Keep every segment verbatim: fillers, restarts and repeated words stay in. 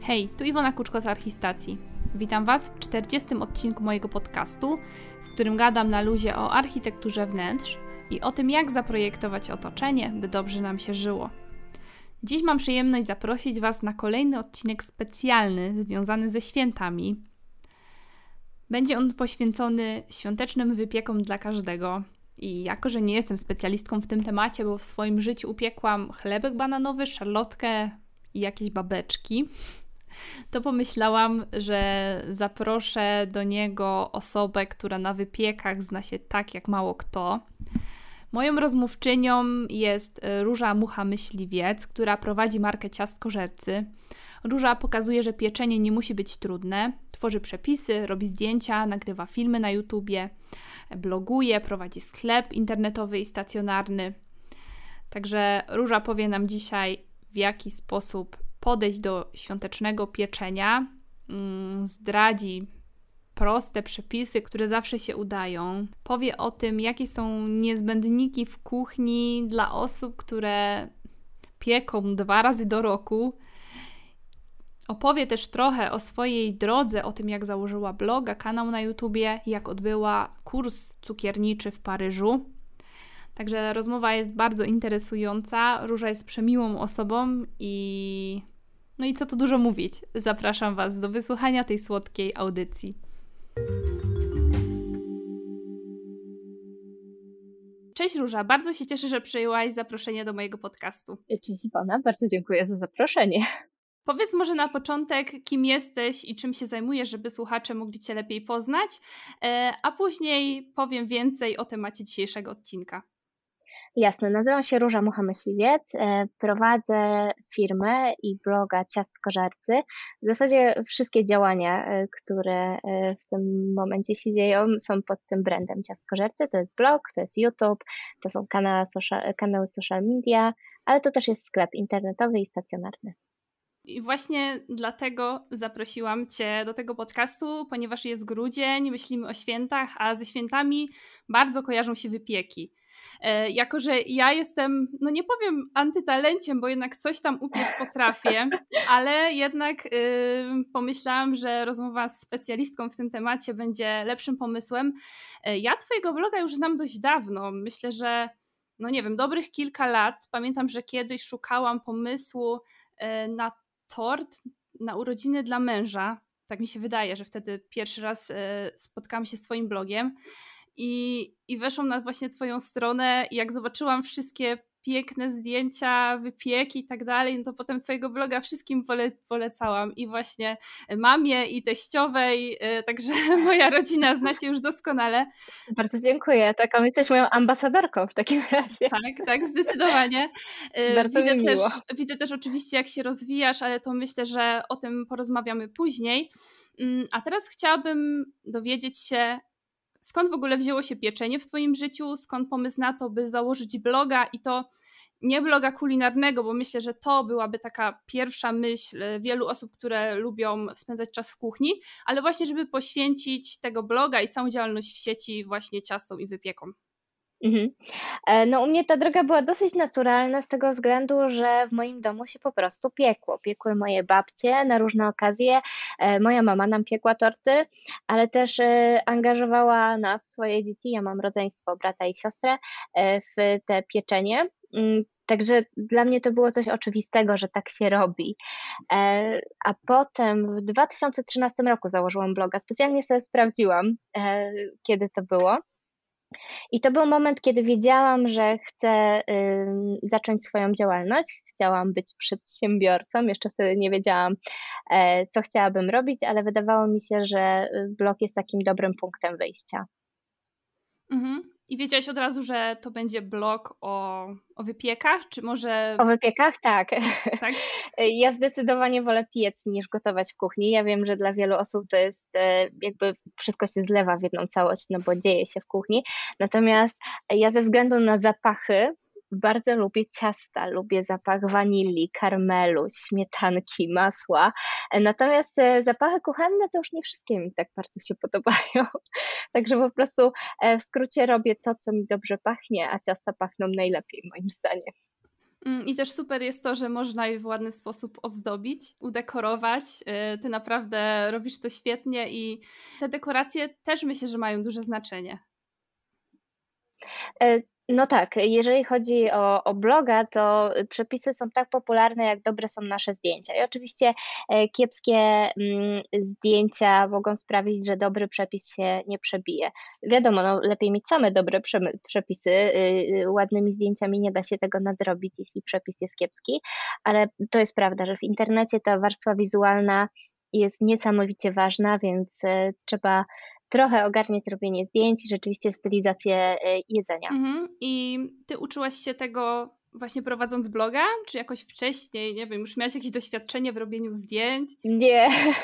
Hej, tu Iwona Kuczko z Archistacji. Witam Was w czterdziestym odcinku mojego podcastu, w którym gadam na luzie o architekturze wnętrz i o tym, jak zaprojektować otoczenie, by dobrze nam się żyło. Dziś mam przyjemność zaprosić Was na kolejny odcinek specjalny związany ze świętami. Będzie on poświęcony świątecznym wypiekom dla każdego. I jako, że nie jestem specjalistką w tym temacie, bo w swoim życiu upiekłam chlebek bananowy, szarlotkę i jakieś babeczki, to pomyślałam, że zaproszę do niego osobę, która na wypiekach zna się tak jak mało kto. Moją rozmówczynią jest Róża Mucha-Myśliwiec, która prowadzi markę Ciastkożercy. Róża pokazuje, że pieczenie nie musi być trudne. Tworzy przepisy, robi zdjęcia, nagrywa filmy na YouTubie, bloguje, prowadzi sklep internetowy i stacjonarny. Także Róża powie nam dzisiaj, w jaki sposób podejść do świątecznego pieczenia, zdradzi proste przepisy, które zawsze się udają. Powie o tym, jakie są niezbędniki w kuchni dla osób, które pieką dwa razy do roku. Opowie też trochę o swojej drodze, o tym, jak założyła bloga, kanał na YouTubie, jak odbyła kurs cukierniczy w Paryżu. Także rozmowa jest bardzo interesująca. Róża jest przemiłą osobą i no i co tu dużo mówić. Zapraszam Was do wysłuchania tej słodkiej audycji. Cześć Róża, bardzo się cieszę, że przyjęłaś zaproszenie do mojego podcastu. Cześć Iwona, bardzo dziękuję za zaproszenie. Powiedz może na początek, kim jesteś i czym się zajmujesz, żeby słuchacze mogli Cię lepiej poznać, a później powiem więcej o temacie dzisiejszego odcinka. Jasne, nazywam się Róża Mucha-Myśliwiec, prowadzę firmę i bloga Ciastkożercy. W zasadzie wszystkie działania, które w tym momencie się dzieją, są pod tym brandem Ciastkożercy. To jest blog, to jest YouTube, to są kanały social, kanały social media, ale to też jest sklep internetowy i stacjonarny. I właśnie dlatego zaprosiłam Cię do tego podcastu, ponieważ jest grudzień, myślimy o świętach, a ze świętami bardzo kojarzą się wypieki. E, jako, że ja jestem, no nie powiem antytalenciem, bo jednak coś tam upiec potrafię, ale jednak y, pomyślałam, że rozmowa z specjalistką w tym temacie będzie lepszym pomysłem. E, ja Twojego bloga już znam dość dawno. Myślę, że no nie wiem, dobrych kilka lat. Pamiętam, że kiedyś szukałam pomysłu y, na tort na urodziny dla męża. Tak mi się wydaje, że wtedy pierwszy raz y, spotkałam się z Twoim blogiem. I, I weszłam na właśnie Twoją stronę i jak zobaczyłam wszystkie piękne zdjęcia, wypieki i tak dalej, no to potem Twojego bloga wszystkim pole, polecałam i właśnie mamie i teściowej, yy, także moja rodzina znacie już doskonale. Bardzo dziękuję, taką jesteś moją ambasadorką w takim razie. Tak, tak, zdecydowanie. Yy, Bardzo widzę mi też, miło. widzę też oczywiście, jak się rozwijasz, ale to myślę, że o tym porozmawiamy później. Yy, a teraz chciałabym dowiedzieć się, skąd w ogóle wzięło się pieczenie w Twoim życiu? Skąd pomysł na to, by założyć bloga i to nie bloga kulinarnego, bo myślę, że to byłaby taka pierwsza myśl wielu osób, które lubią spędzać czas w kuchni, ale właśnie, żeby poświęcić tego bloga i całą działalność w sieci właśnie ciastom i wypiekom. Mhm. No u mnie ta droga była dosyć naturalna z tego względu, że w moim domu się po prostu piekło. Piekły moje babcie na różne okazje. Moja mama nam piekła torty, ale też angażowała nas, swoje dzieci, ja mam rodzeństwo, brata i siostrę, w te pieczenie. Także dla mnie to było coś oczywistego, że tak się robi. A potem w dwa tysiące trzynastym roku założyłam bloga. Specjalnie sobie sprawdziłam, kiedy to było. I to był moment, kiedy wiedziałam, że chcę y, zacząć swoją działalność. Chciałam być przedsiębiorcą. Jeszcze wtedy nie wiedziałam, e, co chciałabym robić, ale wydawało mi się, że blog jest takim dobrym punktem wyjścia. Mhm. I wiedziałaś od razu, że to będzie blog o, o wypiekach, czy może... O wypiekach? Tak. tak. Ja zdecydowanie wolę piec niż gotować w kuchni. Ja wiem, że dla wielu osób to jest jakby wszystko się zlewa w jedną całość, no bo dzieje się w kuchni. Natomiast ja ze względu na zapachy bardzo lubię ciasta, lubię zapach wanilii, karmelu, śmietanki, masła. Natomiast zapachy kuchenne to już nie wszystkie mi tak bardzo się podobają. Także po prostu w skrócie robię to, co mi dobrze pachnie, a ciasta pachną najlepiej moim zdaniem. Mm, I też super jest to, że można je w ładny sposób ozdobić, udekorować. Y, Ty naprawdę robisz to świetnie i te dekoracje też myślę, że mają duże znaczenie. E, No tak, jeżeli chodzi o, o bloga, to przepisy są tak popularne, jak dobre są nasze zdjęcia. I oczywiście e, kiepskie mm, zdjęcia mogą sprawić, że dobry przepis się nie przebije. Wiadomo, no, lepiej mieć same dobre przemy- przepisy. y, y, Ładnymi zdjęciami nie da się tego nadrobić, jeśli przepis jest kiepski, ale to jest prawda, że w internecie ta warstwa wizualna jest niesamowicie ważna, więc e, trzeba trochę ogarniać robienie zdjęć i rzeczywiście stylizację y, jedzenia. Mhm. I ty uczyłaś się tego właśnie prowadząc bloga, czy jakoś wcześniej, nie wiem, już miałaś jakieś doświadczenie w robieniu zdjęć? Nie,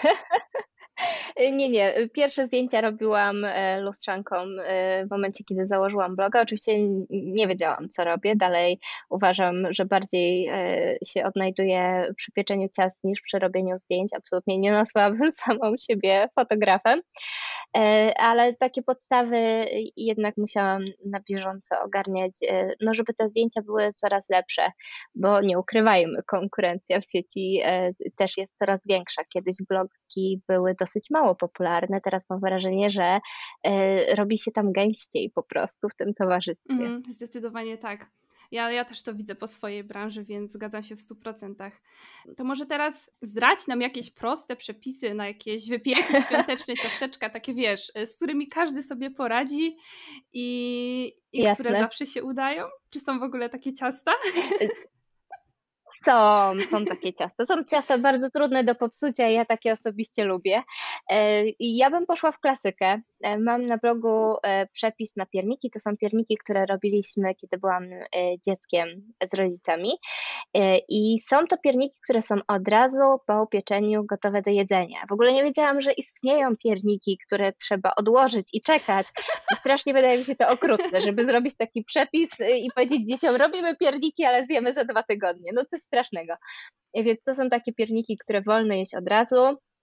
nie, nie. Pierwsze zdjęcia robiłam e, lustrzanką e, w momencie, kiedy założyłam bloga. Oczywiście n- nie wiedziałam, co robię. Dalej uważam, że bardziej e, się odnajduję przy pieczeniu ciast niż przy robieniu zdjęć. Absolutnie nie nazwałabym samą siebie fotografem. E, Ale takie podstawy jednak musiałam na bieżąco ogarniać, e, no żeby te zdjęcia były coraz lepsze, bo nie ukrywajmy, konkurencja w sieci e, też jest coraz większa. Kiedyś blogi były dosyć mało popularne, teraz mam wrażenie, że e, robi się tam gęściej po prostu w tym towarzystwie. Mhm, zdecydowanie tak. Ja, ja też to widzę po swojej branży, więc zgadzam się w stu procentach. To może teraz zdradź nam jakieś proste przepisy na jakieś wypieki świąteczne, ciasteczka, takie wiesz, z którymi każdy sobie poradzi i, i które Jasne. zawsze się udają? Czy są w ogóle takie ciasta? Są, są takie ciasta. Są ciasta bardzo trudne do popsucia i ja takie osobiście lubię. E, I ja bym poszła w klasykę. E, Mam na blogu e, przepis na pierniki. To są pierniki, które robiliśmy, kiedy byłam e, dzieckiem z rodzicami. E, I są to pierniki, które są od razu po upieczeniu gotowe do jedzenia. W ogóle nie wiedziałam, że istnieją pierniki, które trzeba odłożyć i czekać. Strasznie wydaje mi się to okrutne, żeby zrobić taki przepis y, i powiedzieć dzieciom, robimy pierniki, ale zjemy za dwa tygodnie. No coś strasznego. Y, Więc to są takie pierniki, które wolno jeść od razu.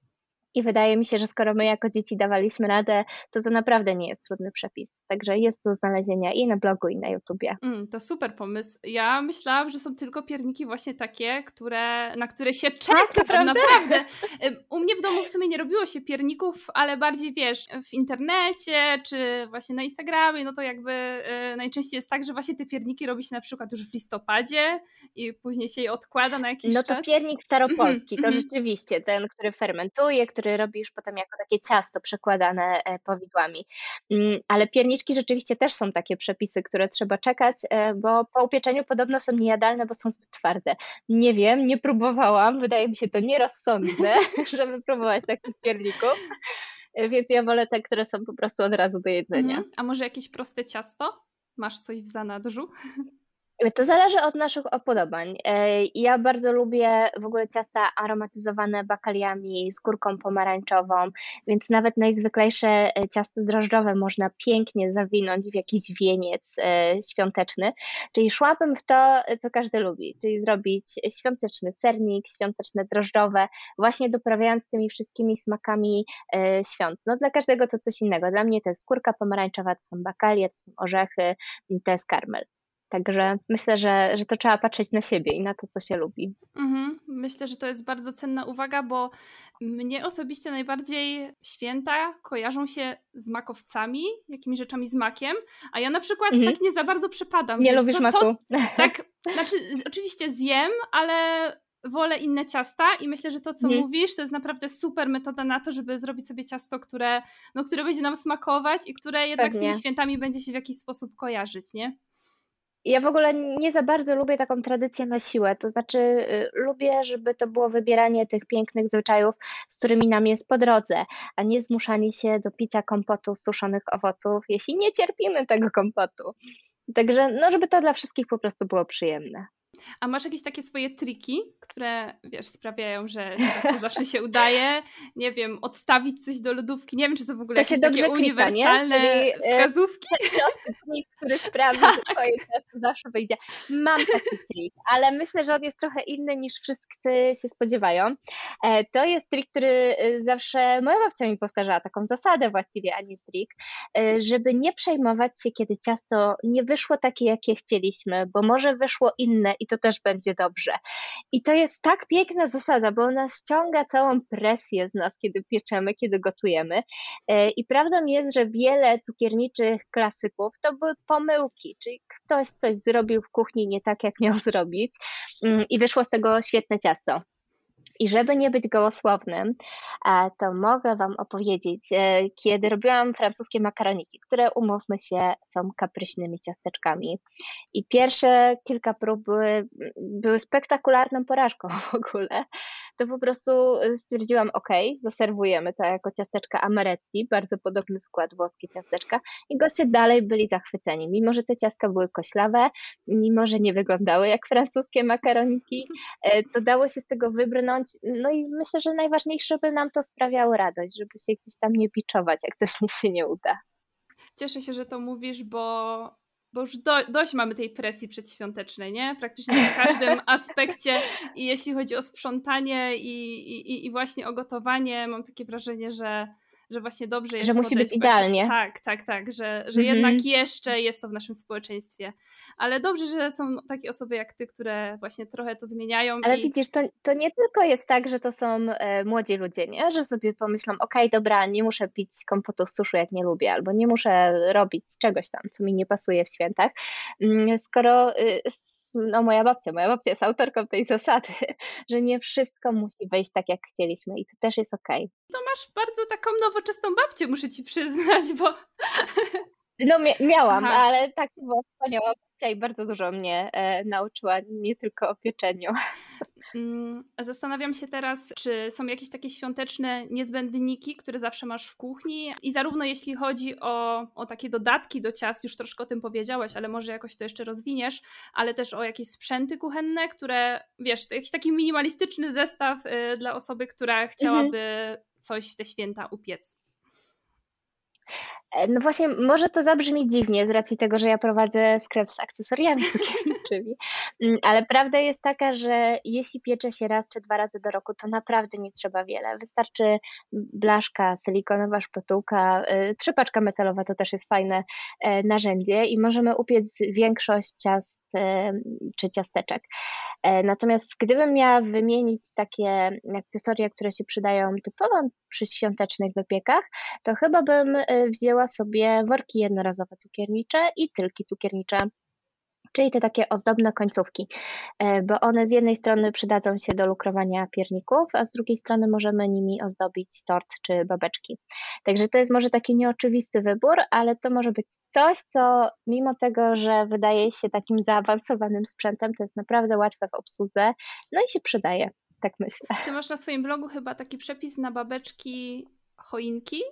I wydaje mi się, że skoro my jako dzieci dawaliśmy radę, to to naprawdę nie jest trudny przepis. Także jest do znalezienia i na blogu, i na YouTubie. Mm, to super pomysł. Ja myślałam, że są tylko pierniki właśnie takie, które, na które się czeka. Tak, naprawdę? Naprawdę. Ym, U mnie w domu w sumie nie robiło się pierników, ale bardziej wiesz, w internecie czy właśnie na Instagramie, no to jakby y, najczęściej jest tak, że właśnie te pierniki robi się na przykład już w listopadzie i później się je odkłada na jakiś No to czas. piernik staropolski, to Mhm, rzeczywiście ten, który fermentuje, który robi już potem jako takie ciasto przekładane e, powidłami. Mm, Ale pierniczki rzeczywiście też są takie przepisy, które trzeba czekać, e, bo po upieczeniu podobno są niejadalne, bo są zbyt twarde. Nie wiem, nie próbowałam, wydaje mi się to nierozsądne, żeby próbować takich pierników, e, więc ja wolę te, które są po prostu od razu do jedzenia. mhm. A może jakieś proste ciasto? Masz coś w zanadrzu? To zależy od naszych upodobań. E, Ja bardzo lubię w ogóle ciasta aromatyzowane bakaliami z górką pomarańczową, więc nawet najzwyklejsze e, ciasto drożdżowe można pięknie zawinąć w jakiś wieniec e, świąteczny. Czyli szłabym w to, co każdy lubi, czyli zrobić świąteczny sernik, świąteczne drożdżowe, właśnie doprawiając tymi wszystkimi smakami e, świąt. No dla każdego to coś innego. Dla mnie to jest skórka pomarańczowa, to są bakalie, to są orzechy, to jest karmel. Także myślę, że, że to trzeba patrzeć na siebie i na to, co się lubi. Mhm. Myślę, że to jest bardzo cenna uwaga, bo mnie osobiście najbardziej święta kojarzą się z makowcami, jakimiś rzeczami z makiem, a ja na przykład Mhm. tak nie za bardzo przepadam. Nie więc lubisz to, maku? to tak, znaczy z- oczywiście zjem, ale wolę inne ciasta i myślę, że to, co Mhm. mówisz, to jest naprawdę super metoda na to, żeby zrobić sobie ciasto, które, no, które będzie nam smakować i które jednak z tymi Pewnie. świętami będzie się w jakiś sposób kojarzyć, nie? Ja w ogóle nie za bardzo lubię taką tradycję na siłę. To znaczy, y, lubię, żeby to było wybieranie tych pięknych zwyczajów, z którymi nam jest po drodze, a nie zmuszanie się do picia kompotu z suszonych owoców, jeśli nie cierpimy tego kompotu. Także, no, żeby to dla wszystkich po prostu było przyjemne. A masz jakieś takie swoje triki, które, wiesz, sprawiają, że ciasto zawsze się udaje? Nie wiem, odstawić coś do lodówki. Nie wiem, czy to w ogóle To się jakieś takie dobrze klika, nie? uniwersalne Czyli, y, wskazówki? prosty trik, który sprawi, że twoje ciasto zawsze wyjdzie. Mam taki trik, ale myślę, że on jest trochę inny niż wszyscy się spodziewają. E, To jest trik, który y, zawsze moja babcia mi powtarzała, taką zasadę właściwie, a nie trik, y, żeby nie przejmować się, kiedy ciasto nie wyszło takie, jakie chcieliśmy, bo może wyszło inne i to to też będzie dobrze. I to jest tak piękna zasada, bo ona ściąga całą presję z nas, kiedy pieczemy, kiedy gotujemy. I prawdą jest, że wiele cukierniczych klasyków to były pomyłki, czyli ktoś coś zrobił w kuchni nie tak, jak miał zrobić i wyszło z tego świetne ciasto. I żeby nie być gołosłownym, to mogę Wam opowiedzieć, kiedy robiłam francuskie makaroniki, które, umówmy się, są kapryśnymi ciasteczkami. I pierwsze kilka prób były, były spektakularną porażką w ogóle. To po prostu stwierdziłam, ok, zaserwujemy to jako ciasteczka amaretti, bardzo podobny skład, włoskie ciasteczka. I goście dalej byli zachwyceni, mimo że te ciastka były koślawe, mimo że nie wyglądały jak francuskie makaroniki, to dało się z tego wybrnąć. No i myślę, że najważniejsze, by nam to sprawiało radość, żeby się gdzieś tam nie biczować, jak coś się nie uda. Cieszę się, że to mówisz, bo, bo już do, dość mamy tej presji przedświątecznej, nie? Praktycznie w każdym aspekcie i jeśli chodzi o sprzątanie i, i, i właśnie o gotowanie, mam takie wrażenie, że że właśnie dobrze jest że musi być właśnie, idealnie. tak, tak, tak, że, że mm-hmm. jednak jeszcze jest to w naszym społeczeństwie. Ale dobrze, że są takie osoby jak ty, które właśnie trochę to zmieniają. Ale i... widzisz, to, to nie tylko jest tak, że to są e, młodzi ludzie, nie? Że sobie pomyślą, okej, okay, dobra, nie muszę pić kompotu z suszu, jak nie lubię, albo nie muszę robić czegoś tam, co mi nie pasuje w świętach. Skoro y, no moja babcia, moja babcia jest autorką tej zasady, że nie wszystko musi wyjść tak, jak chcieliśmy i to też jest okej. To masz bardzo taką nowoczesną babcię, muszę ci przyznać, bo... No mia- miałam, Aha. ale tak była wspaniała babcia i bardzo dużo mnie e, nauczyła, nie tylko o pieczeniu. Zastanawiam się teraz, czy są jakieś takie świąteczne niezbędniki, które zawsze masz w kuchni i zarówno jeśli chodzi o, o takie dodatki do ciast, już troszkę o tym powiedziałaś, ale może jakoś to jeszcze rozwiniesz, ale też o jakieś sprzęty kuchenne, które, wiesz, to jakiś taki minimalistyczny zestaw y, dla osoby, która chciałaby mhm. coś w te święta upiec. No właśnie, może to zabrzmi dziwnie z racji tego, że ja prowadzę sklep z akcesoriami cukierniczymi, ale prawda jest taka, że jeśli piecze się raz czy dwa razy do roku, to naprawdę nie trzeba wiele. Wystarczy blaszka, silikonowa szpatułka, trzypaczka metalowa to też jest fajne narzędzie i możemy upiec większość ciast czy ciasteczek. Natomiast gdybym miała wymienić takie akcesoria, które się przydają typowo przy świątecznych wypiekach, to chyba bym wzięła sobie worki jednorazowe cukiernicze i tylki cukiernicze, czyli te takie ozdobne końcówki, bo one z jednej strony przydadzą się do lukrowania pierników, a z drugiej strony możemy nimi ozdobić tort czy babeczki. Także to jest może taki nieoczywisty wybór, ale to może być coś, co mimo tego, że wydaje się takim zaawansowanym sprzętem, to jest naprawdę łatwe w obsłudze, no i się przydaje, tak myślę. Ty masz na swoim blogu chyba taki przepis na babeczki choinki?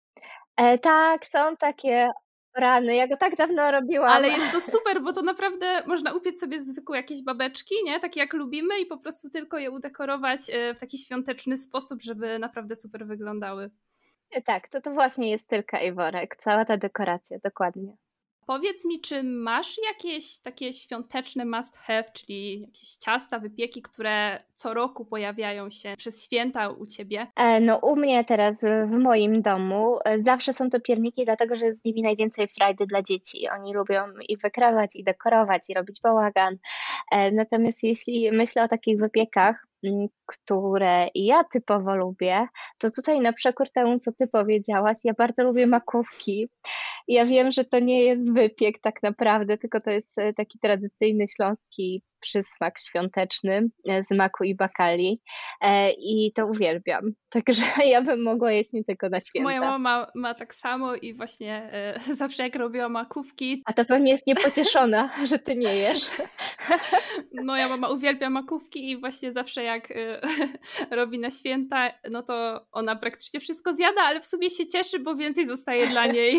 E, tak, są takie... Rany, ja go tak dawno robiłam. Ale jest to super, bo to naprawdę można upiec sobie zwykłe jakieś babeczki, nie? Takie jak lubimy i po prostu tylko je udekorować w taki świąteczny sposób, żeby naprawdę super wyglądały. Tak, to to właśnie jest tylka i worek, cała ta dekoracja, dokładnie. Powiedz mi, czy masz jakieś takie świąteczne must have, czyli jakieś ciasta, wypieki, które co roku pojawiają się przez święta u Ciebie? No u mnie teraz w moim domu zawsze są to pierniki, dlatego że jest z nimi najwięcej frajdy dla dzieci. Oni lubią i wykrawać, i dekorować, i robić bałagan. Natomiast jeśli myślę o takich wypiekach, które ja typowo lubię, to tutaj na przekór temu, co Ty powiedziałaś, ja bardzo lubię makówki. Ja wiem, że to nie jest wypiek tak naprawdę, tylko to jest taki tradycyjny śląski przysmak świąteczny z maku i bakali i to uwielbiam. Także ja bym mogła jeść nie tylko na święta. Moja mama ma tak samo i właśnie e, zawsze jak robiła makówki... A to pewnie jest niepocieszona, że ty nie jesz. Moja mama uwielbia makówki i właśnie zawsze jak e, robi na święta, no to ona praktycznie wszystko zjada, ale w sumie się cieszy, bo więcej zostaje dla niej.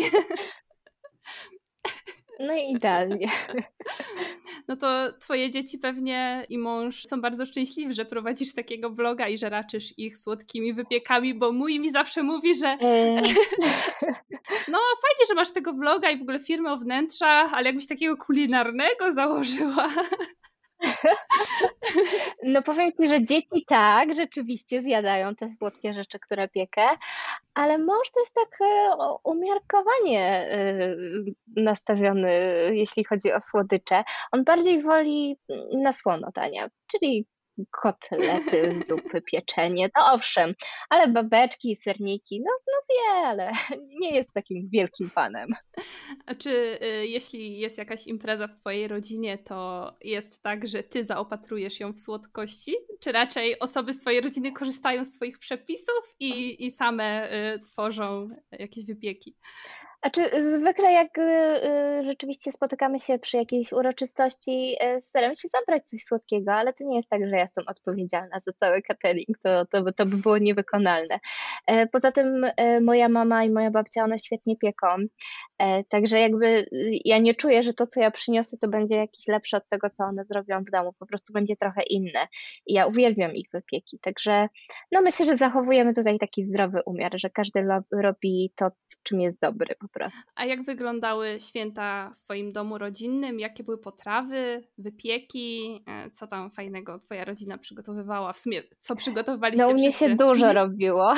No i idealnie. No to twoje dzieci pewnie i mąż są bardzo szczęśliwi, że prowadzisz takiego vloga i że raczysz ich słodkimi wypiekami, bo mój mi zawsze mówi, że eee. no fajnie, że masz tego vloga i w ogóle firmę o wnętrzach, ale jakbyś takiego kulinarnego założyła. No powiem Ci, że dzieci tak, rzeczywiście zjadają te słodkie rzeczy, które piekę, Ale mąż to jest tak e, o- umiarkowanie e, nastawiony, jeśli chodzi o słodycze. On bardziej woli mm, na słono dania, czyli kotlety, zupy, pieczenie, to owszem, ale babeczki i serniki, no, no zje, ale nie jest takim wielkim fanem. A czy y, jeśli jest jakaś impreza w twojej rodzinie, to jest tak, że ty zaopatrujesz ją w słodkości? Czy raczej osoby z twojej rodziny korzystają z twoich przepisów i, i same y, tworzą jakieś wypieki? A czy zwykle jak y, y, rzeczywiście spotykamy się przy jakiejś uroczystości, y, staram się zabrać coś słodkiego, ale to nie jest tak, że ja jestem odpowiedzialna za cały catering, to, to, by- to by było niewykonalne. E, Poza tym e, moja mama i moja babcia, one świetnie pieką, E, także jakby y, ja nie czuję, że to, co ja przyniosę, to będzie jakieś lepsze od tego, co one zrobią w domu, po prostu będzie trochę inne. I ja uwielbiam ich wypieki, także no myślę, że zachowujemy tutaj taki zdrowy umiar, że każdy lo- robi to, w czym jest dobry po prostu. A jak wyglądały święta w twoim domu rodzinnym? Jakie były potrawy, wypieki? E, Co tam fajnego twoja rodzina przygotowywała? W sumie, co No przygotowywaliście u mnie się wszyscy? dużo Mhm. robiło.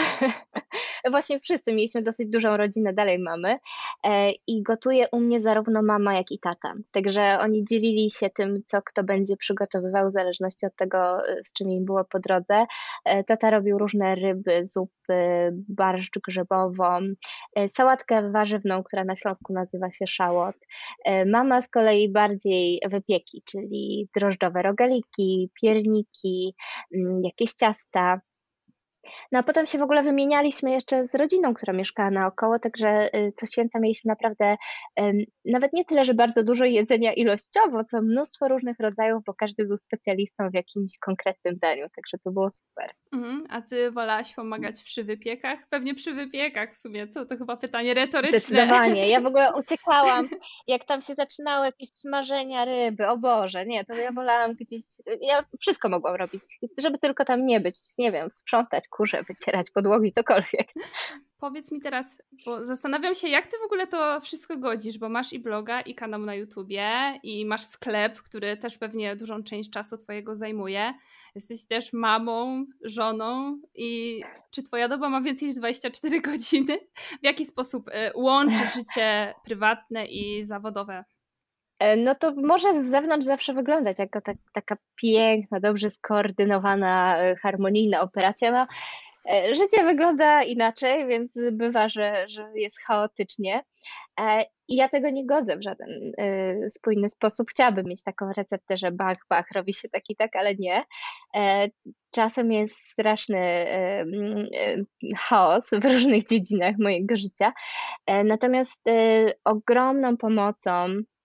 Właśnie wszyscy mieliśmy dosyć dużą rodzinę, dalej mamy. E, I gotuje u mnie zarówno mama, jak i tata. Także oni dzielili się tym, co kto będzie przygotowywał, w zależności od tego, e, z czym im było po drodze. E, Tata robił różne ryby, zupy, barszcz grzybową, e, sałatkę warzywną, która na Śląsku nazywa się szałot. E, Mama z kolei bardziej wypieki, czyli drożdżowe rogaliki, pierniki, mm, jakieś ciasta. No a potem się w ogóle wymienialiśmy jeszcze z rodziną, która mieszkała naokoło, także y, co święta mieliśmy naprawdę em, nawet nie tyle, że bardzo dużo jedzenia ilościowo, co mnóstwo różnych rodzajów, bo każdy był specjalistą w jakimś konkretnym daniu, także to było super. Mhm. A ty wolałaś pomagać przy wypiekach? Pewnie przy wypiekach w sumie, co? To chyba pytanie retoryczne. Zdecydowanie. Ja w ogóle uciekałam, jak tam się zaczynały jakieś smażenia ryby, o Boże, nie, to ja wolałam gdzieś, ja wszystko mogłam robić, żeby tylko tam nie być, nie wiem, sprzątać kurze, wycierać podłogi, cokolwiek. Powiedz mi teraz, bo zastanawiam się, jak ty w ogóle to wszystko godzisz, bo masz i bloga, i kanał na YouTubie, i masz sklep, który też pewnie dużą część czasu twojego zajmuje. Jesteś też mamą, żoną i czy twoja doba ma więcej niż dwadzieścia cztery godziny? W jaki sposób y, łączysz życie prywatne i zawodowe? E, No to może z zewnątrz zawsze wyglądać jako tak, taka piękna, dobrze skoordynowana, e, harmonijna operacja. No, e, życie wygląda inaczej, więc bywa, że, że jest chaotycznie. E, I ja tego nie godzę w żaden e, spójny sposób. Chciałabym mieć taką receptę, że bach, bach, robi się tak i tak, ale nie. E, Czasem jest straszny e, mm, e, chaos w różnych dziedzinach mojego życia. E, Natomiast e, ogromną pomocą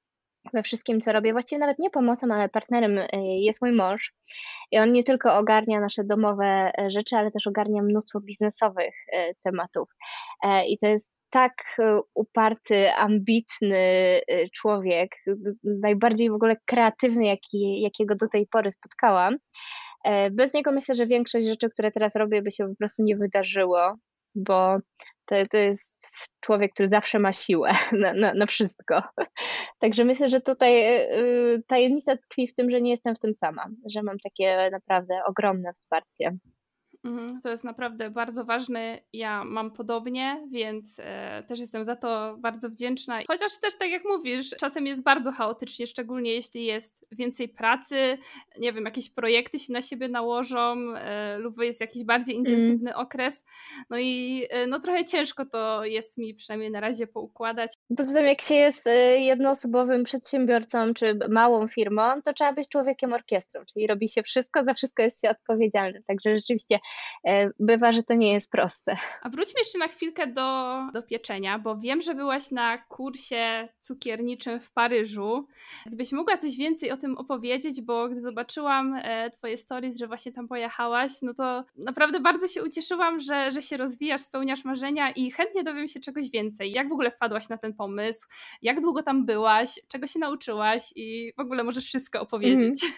we wszystkim, co robię. Właściwie nawet nie pomocą, ale partnerem y, jest mój mąż. I on nie tylko ogarnia nasze domowe e, rzeczy, ale też ogarnia mnóstwo biznesowych e, tematów. E, I to jest tak e, uparty, ambitny e, człowiek, najbardziej w ogóle kreatywny, jaki, jakiego do tej pory spotkałam. E, Bez niego myślę, że większość rzeczy, które teraz robię, by się po prostu nie wydarzyło, bo to, to jest człowiek, który zawsze ma siłę na, na, na wszystko. Także myślę, że tutaj y, tajemnica tkwi w tym, że nie jestem w tym sama, że mam takie naprawdę ogromne wsparcie. Mhm, to jest naprawdę bardzo ważne. Ja mam podobnie, więc e, też jestem za to bardzo wdzięczna. Chociaż też, tak jak mówisz, czasem jest bardzo chaotycznie, szczególnie jeśli jest więcej pracy, nie wiem, jakieś projekty się na siebie nałożą e, lub jest jakiś bardziej Mm. intensywny okres. No i e, no trochę ciężko to jest mi przynajmniej na razie poukładać. Poza tym, jak się jest y, jednoosobowym przedsiębiorcą czy małą firmą, to trzeba być człowiekiem orkiestrą, czyli robi się wszystko, za wszystko jest się odpowiedzialnym. Także rzeczywiście e, bywa, że to nie jest proste. A wróćmy jeszcze na chwilkę do, do pieczenia, bo wiem, że byłaś na kursie cukierniczym w Paryżu. Gdybyś mogła coś więcej o tym opowiedzieć, bo gdy zobaczyłam e, twoje stories, że właśnie tam pojechałaś, no to naprawdę bardzo się ucieszyłam, że, że się rozwijasz, spełniasz marzenia i chętnie dowiem się czegoś więcej. Jak w ogóle wpadłaś na ten pomysł? Jak długo tam byłaś? Czego się nauczyłaś? I w ogóle możesz wszystko Mhm. opowiedzieć.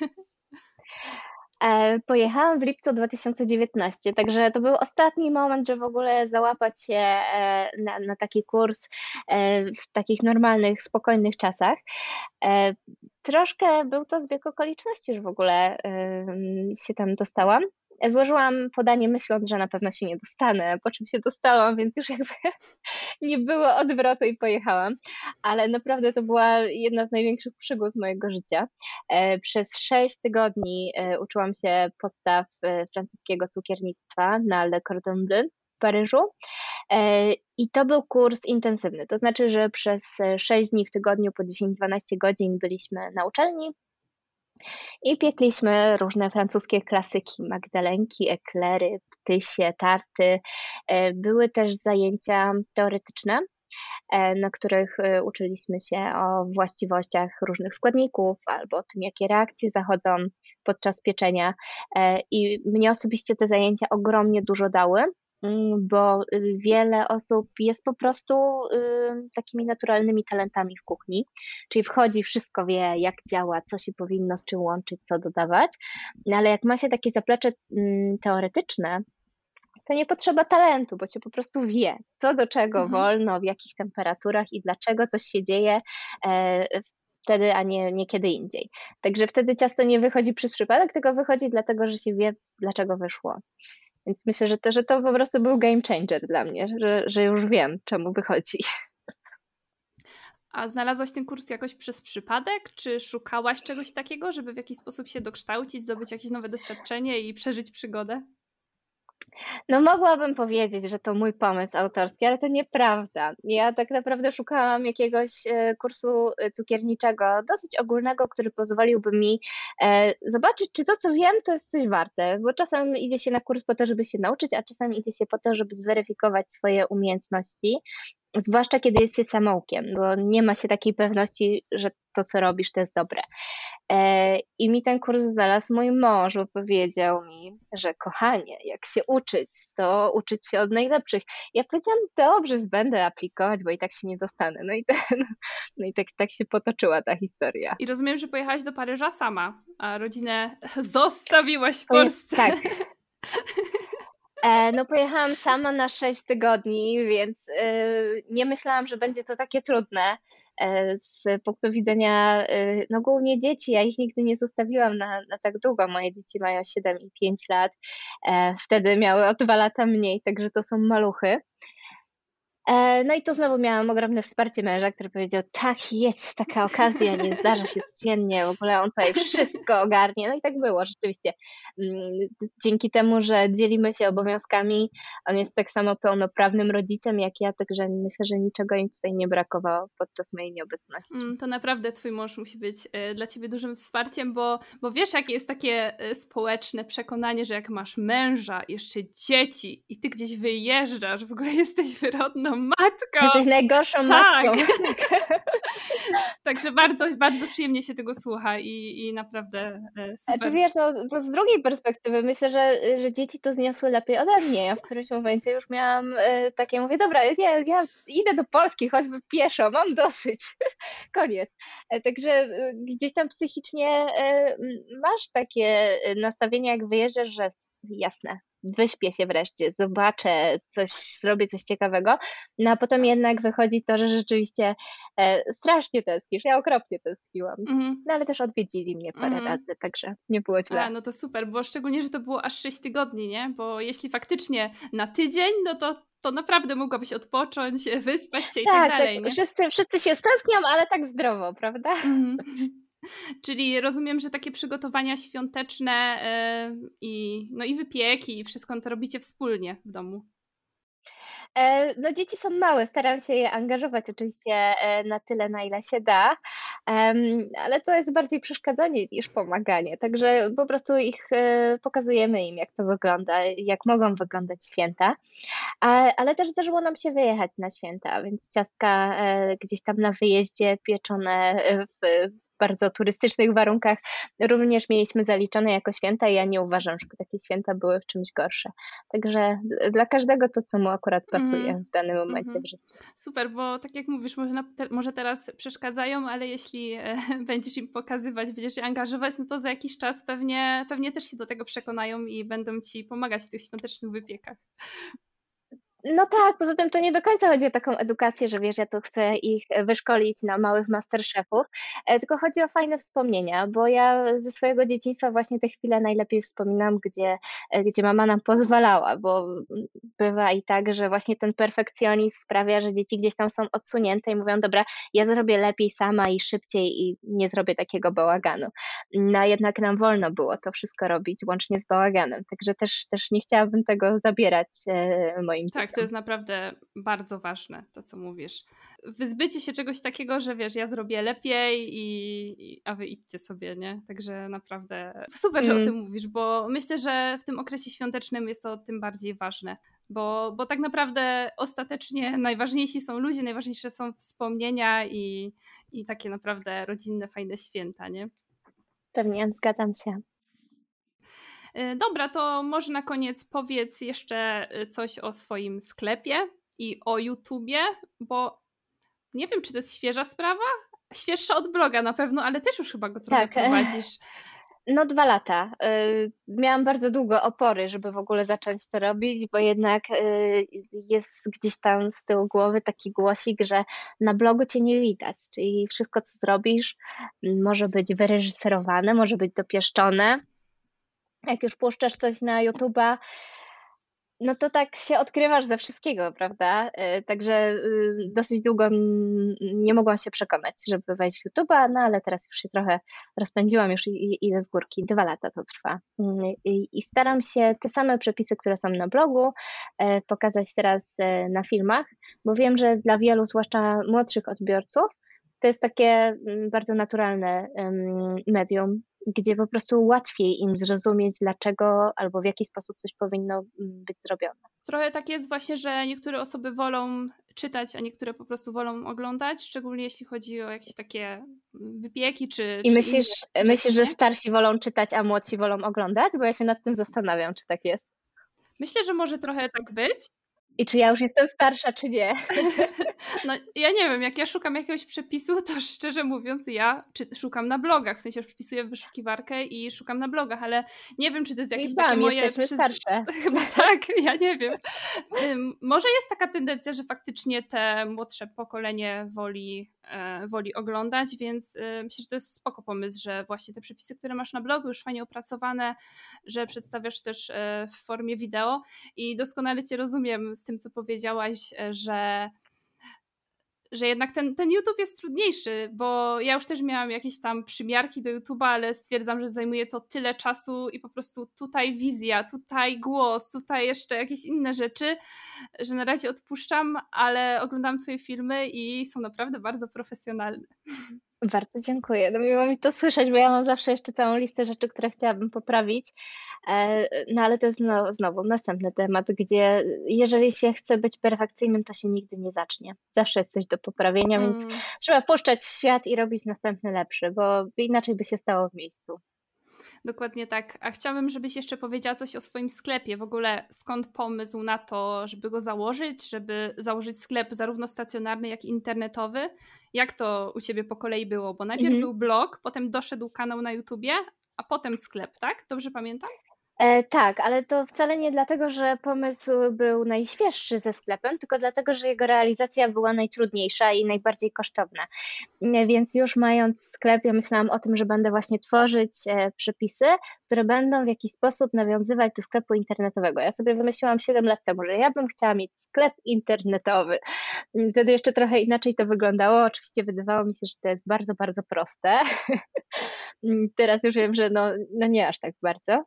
E, Pojechałam w lipcu dwa tysiące dziewiętnastego, także to był ostatni moment, że w ogóle załapać się e, na, na taki kurs e, w takich normalnych, spokojnych czasach. E, Troszkę był to zbieg okoliczności, że w ogóle e, się tam dostałam. Złożyłam podanie myśląc, że na pewno się nie dostanę, po czym się dostałam, więc już jakby nie było odwrotu i pojechałam. Ale naprawdę to była jedna z największych przygód mojego życia. E, Przez sześć tygodni e, uczyłam się podstaw e, francuskiego cukiernictwa na Le Cordon Bleu w Paryżu. E, I to był kurs intensywny, to znaczy, że przez e, sześć dni w tygodniu po dziesięć dwanaście godzin byliśmy na uczelni i piekliśmy różne francuskie klasyki, magdalenki, eklery, ptysie, tarty. E, Były też zajęcia teoretyczne, e, na których e, uczyliśmy się o właściwościach różnych składników albo o tym, jakie reakcje zachodzą podczas pieczenia. E, I mnie osobiście te zajęcia ogromnie dużo dały, mm, bo y, wiele osób jest po prostu y, takimi naturalnymi talentami w kuchni, czyli wchodzi, wszystko wie, jak działa, co się powinno z czym łączyć, co dodawać, no ale jak ma się takie zaplecze mm, teoretyczne, to nie potrzeba talentu, bo się po prostu wie, co do czego Mhm. wolno, w jakich temperaturach i dlaczego coś się dzieje e, wtedy, a nie, nie kiedy indziej. Także wtedy ciasto nie wychodzi przez przypadek, tylko wychodzi dlatego, że się wie, dlaczego wyszło. Więc myślę, że to, że to po prostu był game changer dla mnie, że, że już wiem, czemu wychodzi. A znalazłaś ten kurs jakoś przez przypadek? Czy szukałaś czegoś takiego, żeby w jakiś sposób się dokształcić, zdobyć jakieś nowe doświadczenie i przeżyć przygodę? No mogłabym powiedzieć, że to mój pomysł autorski, ale to nieprawda. Ja tak naprawdę szukałam jakiegoś e, kursu e, cukierniczego, dosyć ogólnego, który pozwoliłby mi e, zobaczyć, czy to, co wiem, to jest coś warte. Bo czasem idzie się na kurs po to, żeby się nauczyć, a czasem idzie się po to, żeby zweryfikować swoje umiejętności. Zwłaszcza kiedy jest się samoukiem, bo nie ma się takiej pewności, że to, co robisz, to jest dobre. E, I mi ten kurs znalazł mój mąż, bo powiedział mi, że kochanie, jak się uczyć, to uczyć się od najlepszych. Ja powiedziałam, dobrze, będę aplikować, bo i tak się nie dostanę. No i, ten, no i tak, tak się potoczyła ta historia. I rozumiem, że pojechałaś do Paryża sama, a rodzinę zostawiłaś w Poje- Polsce. tak. E, No pojechałam sama na sześć tygodni, więc e, nie myślałam, że będzie to takie trudne. E, Z punktu widzenia, e, no głównie dzieci, ja ich nigdy nie zostawiłam na, na tak długo. Moje dzieci mają siedem i pięć lat, e, wtedy miały o dwa lata mniej, także to są maluchy. E, No i tu znowu miałam ogromne wsparcie męża, który powiedział, tak, jest taka okazja, nie zdarza się codziennie, w ogóle on tutaj wszystko ogarnie. No i tak było, rzeczywiście. Mm, Dzięki temu, że dzielimy się obowiązkami, on jest tak samo pełnoprawnym rodzicem jak ja, także myślę, że niczego im tutaj nie brakowało podczas mojej nieobecności. Mm, To naprawdę twój mąż musi być e, dla ciebie dużym wsparciem, bo, bo wiesz, jakie jest takie e, społeczne przekonanie, że jak masz męża, jeszcze dzieci i ty gdzieś wyjeżdżasz, w ogóle jesteś wyrodną matką. Jesteś najgorszą Tak. matką. Także bardzo, bardzo przyjemnie się tego słucha i, i naprawdę e, A super. czy wiesz, no to z drugiej perspektywy myślę, że, że dzieci to zniosły lepiej ode mnie. Ja w którymś momencie już miałam e, takie, mówię, dobra, ja, ja idę do Polski, choćby pieszo, mam dosyć, koniec. E, Także e, gdzieś tam psychicznie e, m, masz takie e, nastawienie, jak wyjeżdżasz, że jasne, wyśpię się wreszcie, zobaczę coś, zrobię coś ciekawego, no a potem jednak wychodzi to, że rzeczywiście e, strasznie tęsknisz, ja okropnie tęskniłam. Mhm. No ale też odwiedzili mnie parę Mhm. razy, także nie było źle. A, no to super, bo szczególnie, że to było aż sześć tygodni, nie? Bo jeśli faktycznie na tydzień, no to, to naprawdę mogłabyś odpocząć, wyspać się i tak, Tak, dalej, tak, nie? wszyscy, wszyscy się stęsknią, ale tak zdrowo, prawda? Mhm. Czyli rozumiem, że takie przygotowania świąteczne e, i, no i wypieki i wszystko to robicie wspólnie w domu. E, No dzieci są małe, staram się je angażować oczywiście e, na tyle, na ile się da, Em, ale to jest bardziej przeszkadzanie niż pomaganie, także po prostu ich e, pokazujemy im, jak to wygląda, jak mogą wyglądać święta, A- ale też zdarzyło nam się wyjechać na święta, więc ciastka e, gdzieś tam na wyjeździe pieczone e, w bardzo turystycznych warunkach również mieliśmy zaliczone jako święta i ja nie uważam, żeby takie święta były w czymś gorsze. Także dla każdego to, co mu akurat pasuje Mhm. w danym momencie Mhm. w życiu. Super, bo tak jak mówisz, może, na, te, może teraz przeszkadzają, ale jeśli e, będziesz im pokazywać, będziesz je angażować, no to za jakiś czas pewnie, pewnie też się do tego przekonają i będą ci pomagać w tych świątecznych wypiekach. No tak, poza tym to nie do końca chodzi o taką edukację, że wiesz, ja tu chcę ich wyszkolić na małych masterchefów, e, tylko chodzi o fajne wspomnienia, bo ja ze swojego dzieciństwa właśnie te chwile najlepiej wspominam, gdzie, e, gdzie mama nam pozwalała, bo bywa i tak, że właśnie ten perfekcjonizm sprawia, że dzieci gdzieś tam są odsunięte i mówią, dobra, ja zrobię lepiej sama i szybciej i nie zrobię takiego bałaganu. No a jednak nam wolno było to wszystko robić, łącznie z bałaganem, także też, też nie chciałabym tego zabierać e, moim Tak, to dzieciom. jest naprawdę bardzo ważne, to co mówisz. Wyzbycie się czegoś takiego, że wiesz, ja zrobię lepiej, i, i, a wy idźcie sobie, nie? Także naprawdę super, że o tym Mm. mówisz, bo myślę, że w tym okresie świątecznym jest to tym bardziej ważne, bo, bo tak naprawdę ostatecznie najważniejsi są ludzie, najważniejsze są wspomnienia i, i takie naprawdę rodzinne, fajne święta, nie? Pewnie, zgadzam się. Dobra, to może na koniec powiedz jeszcze coś o swoim sklepie i o YouTubie, bo nie wiem, czy to jest świeża sprawa? Świeższa od bloga na pewno, ale też już chyba go trochę Tak, prowadzisz. no dwa lata. Y, Miałam bardzo długo opory, żeby w ogóle zacząć to robić, bo jednak y, jest gdzieś tam z tyłu głowy taki głosik, że na blogu cię nie widać, czyli wszystko, co zrobisz, m, może być wyreżyserowane, może być dopieszczone. Jak już puszczasz coś na YouTube'a, no to tak się odkrywasz ze wszystkiego, prawda? Y, Także y, dosyć długo mm, nie mogłam się przekonać, żeby wejść w YouTube'a, no ale teraz już się trochę rozpędziłam, już i- i- idę z górki. Dwa lata to trwa. Mm, I, i staram się te same przepisy, które są na blogu, e, pokazać teraz e, na filmach, bo wiem, że dla wielu, zwłaszcza młodszych odbiorców, to jest takie mm, bardzo naturalne em, medium, gdzie po prostu łatwiej im zrozumieć, dlaczego albo w jaki sposób coś powinno mm, być zrobione. Trochę tak jest właśnie, że niektóre osoby wolą czytać, a niektóre po prostu wolą oglądać, szczególnie jeśli chodzi o jakieś takie wypieki czy, I czy myślisz, inne myślisz, rzeczy, że nie? starsi wolą czytać, a młodsi wolą oglądać? Bo ja się nad tym zastanawiam, czy tak jest. Myślę, że może trochę tak być. I czy ja już jestem starsza, czy nie? No ja nie wiem, jak ja szukam jakiegoś przepisu, to szczerze mówiąc ja czy, szukam na blogach, w sensie wpisuję w wyszukiwarkę i szukam na blogach, ale nie wiem, czy to jest Czyli jakieś takie tam, moje... jesteśmy przyz- starsze. Chyba tak, ja nie wiem. Ym, Może jest taka tendencja, że faktycznie te młodsze pokolenie woli, e, woli oglądać, więc e, myślę, że to jest spoko pomysł, że właśnie te przepisy, które masz na blogu, już fajnie opracowane, że przedstawiasz też e, w formie wideo i doskonale cię rozumiem z tym, co powiedziałaś, e, że że jednak ten, ten YouTube jest trudniejszy, bo ja już też miałam jakieś tam przymiarki do YouTube'a, ale stwierdzam, że zajmuje to tyle czasu i po prostu tutaj wizja, tutaj głos, tutaj jeszcze jakieś inne rzeczy, że na razie odpuszczam, ale oglądam twoje filmy i są naprawdę bardzo profesjonalne. Bardzo dziękuję. No miło mi to słyszeć, bo ja mam zawsze jeszcze całą listę rzeczy, które chciałabym poprawić. E, No ale to jest no, znowu następny temat, gdzie jeżeli się chce być perfekcyjnym, to się nigdy nie zacznie. Zawsze jest coś do poprawienia, więc Mm. trzeba puszczać w świat i robić następny lepszy, bo inaczej by się stało w miejscu. Dokładnie tak. A chciałabym, żebyś jeszcze powiedziała coś o swoim sklepie. W ogóle skąd pomysł na to, żeby go założyć, żeby założyć sklep zarówno stacjonarny, jak i internetowy? Jak to u ciebie po kolei było? Bo najpierw Mhm. był blog, potem doszedł kanał na YouTubie, a potem sklep, tak? Dobrze pamiętam? E, tak, ale to wcale nie dlatego, że pomysł był najświeższy ze sklepem, tylko dlatego, że jego realizacja była najtrudniejsza i najbardziej kosztowna. E, Więc już mając sklep, ja myślałam o tym, że będę właśnie tworzyć e, przepisy, które będą w jakiś sposób nawiązywać do sklepu internetowego. Ja sobie wymyśliłam siedem lat temu, że ja bym chciała mieć sklep internetowy. Mm, Wtedy jeszcze trochę inaczej to wyglądało. Oczywiście wydawało mi się, że to jest bardzo, bardzo proste. Mm, Teraz już wiem, że no, no nie aż tak bardzo.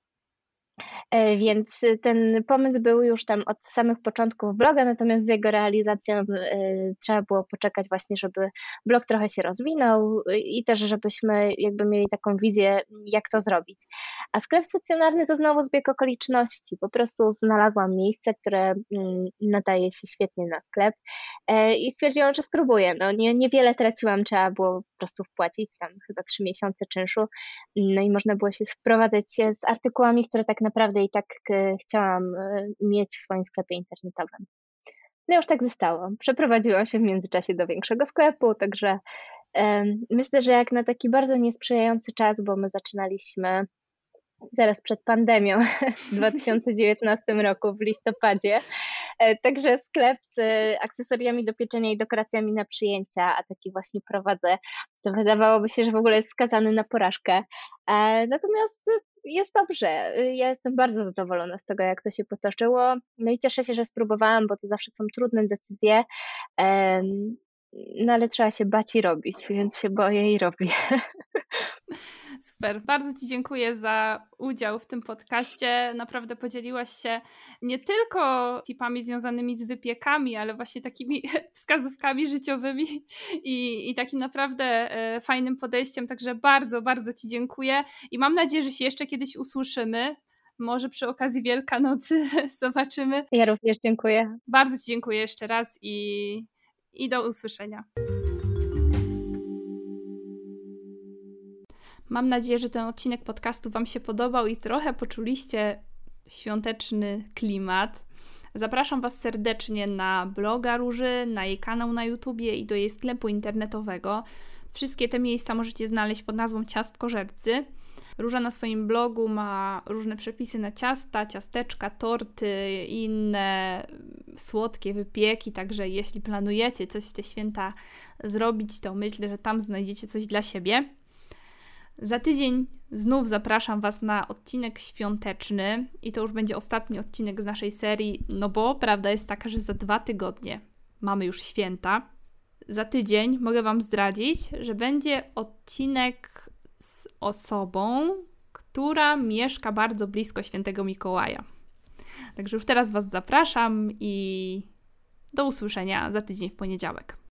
E, Więc ten pomysł był już tam od samych początków bloga, natomiast z jego realizacją e, trzeba było poczekać właśnie, żeby blog trochę się rozwinął e, i też żebyśmy jakby mieli taką wizję, jak to zrobić. A sklep stacjonarny to znowu zbieg okoliczności. Po prostu znalazłam miejsce, które mm, nadaje się świetnie na sklep e, i stwierdziłam, że spróbuję. No, nie, niewiele traciłam, trzeba było po prostu wpłacić tam chyba trzy miesiące czynszu, no i można było się wprowadzać się z artykułami, które tak naprawdę i tak e, chciałam e, mieć w swoim sklepie internetowym. No już tak zostało. Przeprowadziłam się w międzyczasie do większego sklepu, także em, myślę, że jak na taki bardzo niesprzyjający czas, bo my zaczynaliśmy zaraz przed pandemią w dwa tysiące dziewiętnastym roku w listopadzie, Także sklep z akcesoriami do pieczenia i dekoracjami na przyjęcia, a taki właśnie prowadzę, to wydawałoby się, że w ogóle jest skazany na porażkę. Natomiast jest dobrze. Ja jestem bardzo zadowolona z tego, jak to się potoczyło. No i cieszę się, że spróbowałam, bo to zawsze są trudne decyzje. No ale trzeba się bać i robić, więc się boję i robię. Super, bardzo Ci dziękuję za udział w tym podcaście. Naprawdę podzieliłaś się nie tylko tipami związanymi z wypiekami, ale właśnie takimi wskazówkami życiowymi i, i takim naprawdę e, fajnym podejściem. Także bardzo, bardzo Ci dziękuję i mam nadzieję, że się jeszcze kiedyś usłyszymy. Może przy okazji Wielkanocy zobaczymy. Ja również dziękuję. Bardzo Ci dziękuję jeszcze raz i, i do usłyszenia. Mam nadzieję, że ten odcinek podcastu Wam się podobał i trochę poczuliście świąteczny klimat. Zapraszam Was serdecznie na bloga Róży, na jej kanał na YouTubie i do jej sklepu internetowego. Wszystkie te miejsca możecie znaleźć pod nazwą Ciastkożercy. Róża na swoim blogu ma różne przepisy na ciasta, ciasteczka, torty i inne słodkie wypieki, także jeśli planujecie coś w te święta zrobić, to myślę, że tam znajdziecie coś dla siebie. Za tydzień znów zapraszam Was na odcinek świąteczny i to już będzie ostatni odcinek z naszej serii, no bo prawda jest taka, że za dwa tygodnie mamy już święta. Za tydzień mogę Wam zdradzić, że będzie odcinek z osobą, która mieszka bardzo blisko Świętego Mikołaja. Także już teraz Was zapraszam i do usłyszenia za tydzień w poniedziałek.